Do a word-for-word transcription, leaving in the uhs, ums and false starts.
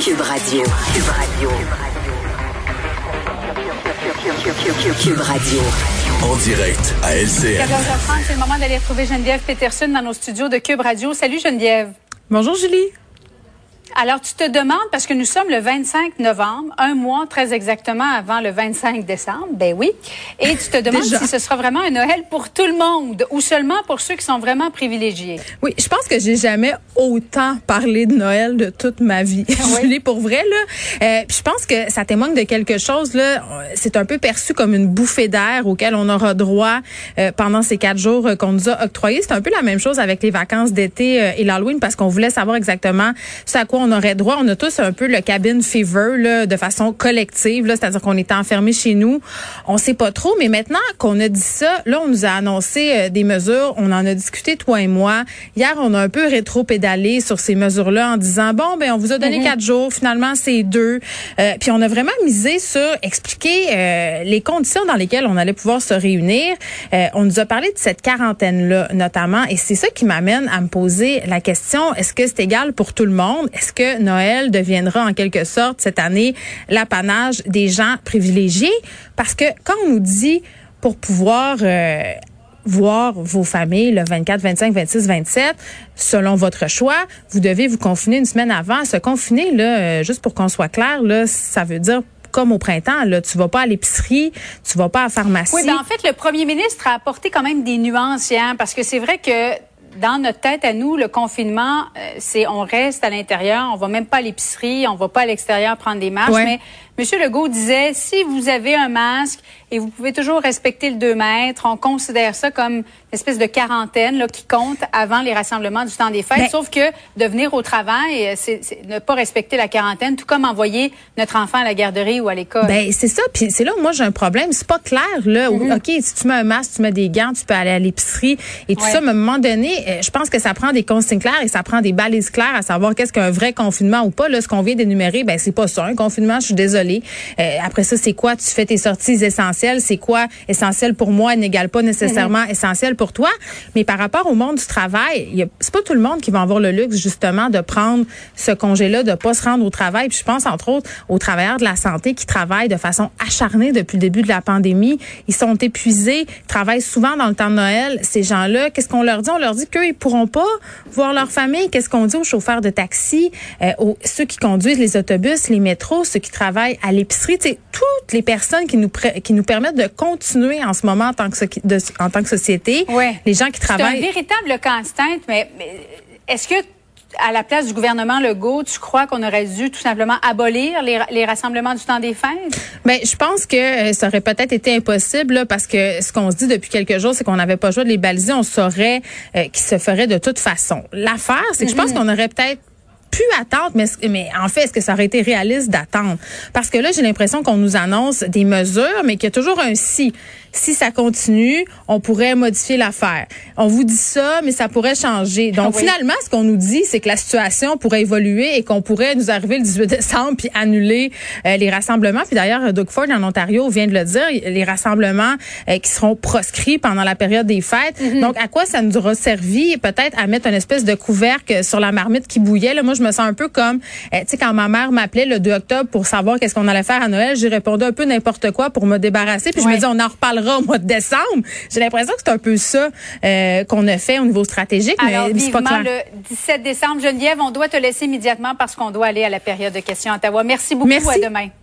Cube Radio. Cube Radio. Cube Radio. En direct à L C N. quatorze heures trente, c'est le moment d'aller retrouver Geneviève Peterson dans nos studios de Cube Radio. Salut Geneviève. Bonjour Julie. Alors, tu te demandes, parce que nous sommes le vingt-cinq novembre, un mois très exactement avant le vingt-cinq décembre, ben oui, et tu te demandes si ce sera vraiment un Noël pour tout le monde ou seulement pour ceux qui sont vraiment privilégiés. Oui, je pense que j'ai jamais autant parlé de Noël de toute ma vie. Oui. Julie, pour vrai, là. Euh, puis je pense que ça témoigne de quelque chose, là. C'est un peu perçu comme une bouffée d'air auquel on aura droit euh, pendant ces quatre jours euh, qu'on nous a octroyés. C'est un peu la même chose avec les vacances d'été euh, et l'Halloween parce qu'on voulait savoir exactement ce à quoi on aurait droit. On a tous un peu le cabin fever là, de façon collective, là, c'est-à-dire qu'on est enfermés chez nous. On sait pas trop, mais maintenant qu'on a dit ça, là, on nous a annoncé euh, des mesures. On en a discuté, toi et moi. Hier, on a un peu rétro-pédalé sur ces mesures-là en disant, bon, ben on vous a donné mm-hmm. quatre jours, finalement, c'est deux. Euh, puis on a vraiment misé sur expliquer euh, les conditions dans lesquelles on allait pouvoir se réunir. Euh, on nous a parlé de cette quarantaine-là, notamment, et c'est ça qui m'amène à me poser la question, est-ce que c'est égal pour tout le monde? Est-ce que Noël deviendra en quelque sorte cette année l'apanage des gens privilégiés? Parce que quand on nous dit pour pouvoir euh, voir vos familles le vingt-quatre, vingt-cinq, vingt-six, vingt-sept, selon votre choix, vous devez vous confiner une semaine avant. Se confiner, là, euh, juste pour qu'on soit clair, là, ça veut dire comme au printemps, là, tu vas pas à l'épicerie, tu vas pas à la pharmacie. Oui, ben en fait, le premier ministre a apporté quand même des nuances, hein, parce que c'est vrai que dans notre tête à nous, le confinement, euh, c'est on reste à l'intérieur, on va même pas à l'épicerie, on va pas à l'extérieur prendre des marches. Ouais. Mais M. Legault disait, si vous avez un masque et vous pouvez toujours respecter le deux mètres, on considère ça comme une espèce de quarantaine là, qui compte avant les rassemblements du temps des fêtes. Mais, sauf que de venir au travail, c'est, c'est ne pas respecter la quarantaine, tout comme envoyer notre enfant à la garderie ou à l'école. Ben c'est ça. Puis c'est là où moi j'ai un problème. C'est pas clair là. Mm-hmm. OK, si tu mets un masque, tu mets des gants, tu peux aller à l'épicerie et tout ouais. ça. Mais à un moment donné, je pense que ça prend des consignes claires et ça prend des balises claires à savoir qu'est-ce qu'un vrai confinement ou pas. Là, ce qu'on vient d'énumérer, ben c'est pas ça. Un confinement, je suis désolée. Euh, après ça, c'est quoi? Tu fais tes sorties essentielles. C'est quoi essentiel pour moi n'égale pas nécessairement mm-hmm. essentiel pour toi. Mais par rapport au monde du travail, y a, c'est pas tout le monde qui va avoir le luxe justement de prendre ce congé-là, de pas se rendre au travail. Puis je pense entre autres aux travailleurs de la santé qui travaillent de façon acharnée depuis le début de la pandémie. Ils sont épuisés, ils travaillent souvent dans le temps de Noël. Ces gens-là, qu'est-ce qu'on leur dit? On leur dit qu'eux, ils pourront pas voir leur famille. Qu'est-ce qu'on dit aux chauffeurs de taxi, euh, aux, ceux qui conduisent les autobus, les métros, ceux qui travaillent à l'épicerie, tu sais, toutes les personnes qui nous pré- qui nous permettent de continuer en ce moment en tant que, so- de, en tant que société. Ouais. Les gens qui travaillent. C'est un véritable casse-tête, mais, mais est-ce que à la place du gouvernement Legault, tu crois qu'on aurait dû tout simplement abolir les, les rassemblements du temps des fêtes? Ben, je pense que euh, ça aurait peut-être été impossible là, parce que ce qu'on se dit depuis quelques jours, c'est qu'on n'avait pas le choix de les baliser. On saurait euh, qu'ils se ferait de toute façon. L'affaire, c'est que mm-hmm. je pense qu'on aurait peut-être pu attendre, mais, mais en fait, est-ce que ça aurait été réaliste d'attendre? Parce que là, j'ai l'impression qu'on nous annonce des mesures, mais qu'il y a toujours un si. Si ça continue, on pourrait modifier l'affaire. On vous dit ça, mais ça pourrait changer. Donc, oui. finalement, ce qu'on nous dit, c'est que la situation pourrait évoluer et qu'on pourrait nous arriver le dix-huit décembre puis annuler euh, les rassemblements. Puis d'ailleurs, Doug Ford, en Ontario, vient de le dire, les rassemblements euh, qui seront proscrits pendant la période des fêtes. Mm-hmm. Donc, à quoi ça nous aura servi? Peut-être à mettre une espèce de couvercle sur la marmite qui bouillait. Là, moi, je me sens un peu comme, euh, tu sais, quand ma mère m'appelait le deux octobre pour savoir qu'est-ce qu'on allait faire à Noël, j'ai répondu un peu n'importe quoi pour me débarrasser. Puis ouais. je me dis, on en reparlera au mois de décembre. J'ai l'impression que c'est un peu ça euh, qu'on a fait au niveau stratégique. Alors, mais c'est pas clair. Le dix-sept décembre, Geneviève, on doit te laisser immédiatement parce qu'on doit aller à la période de questions à Ottawa. Merci beaucoup. Merci. À demain.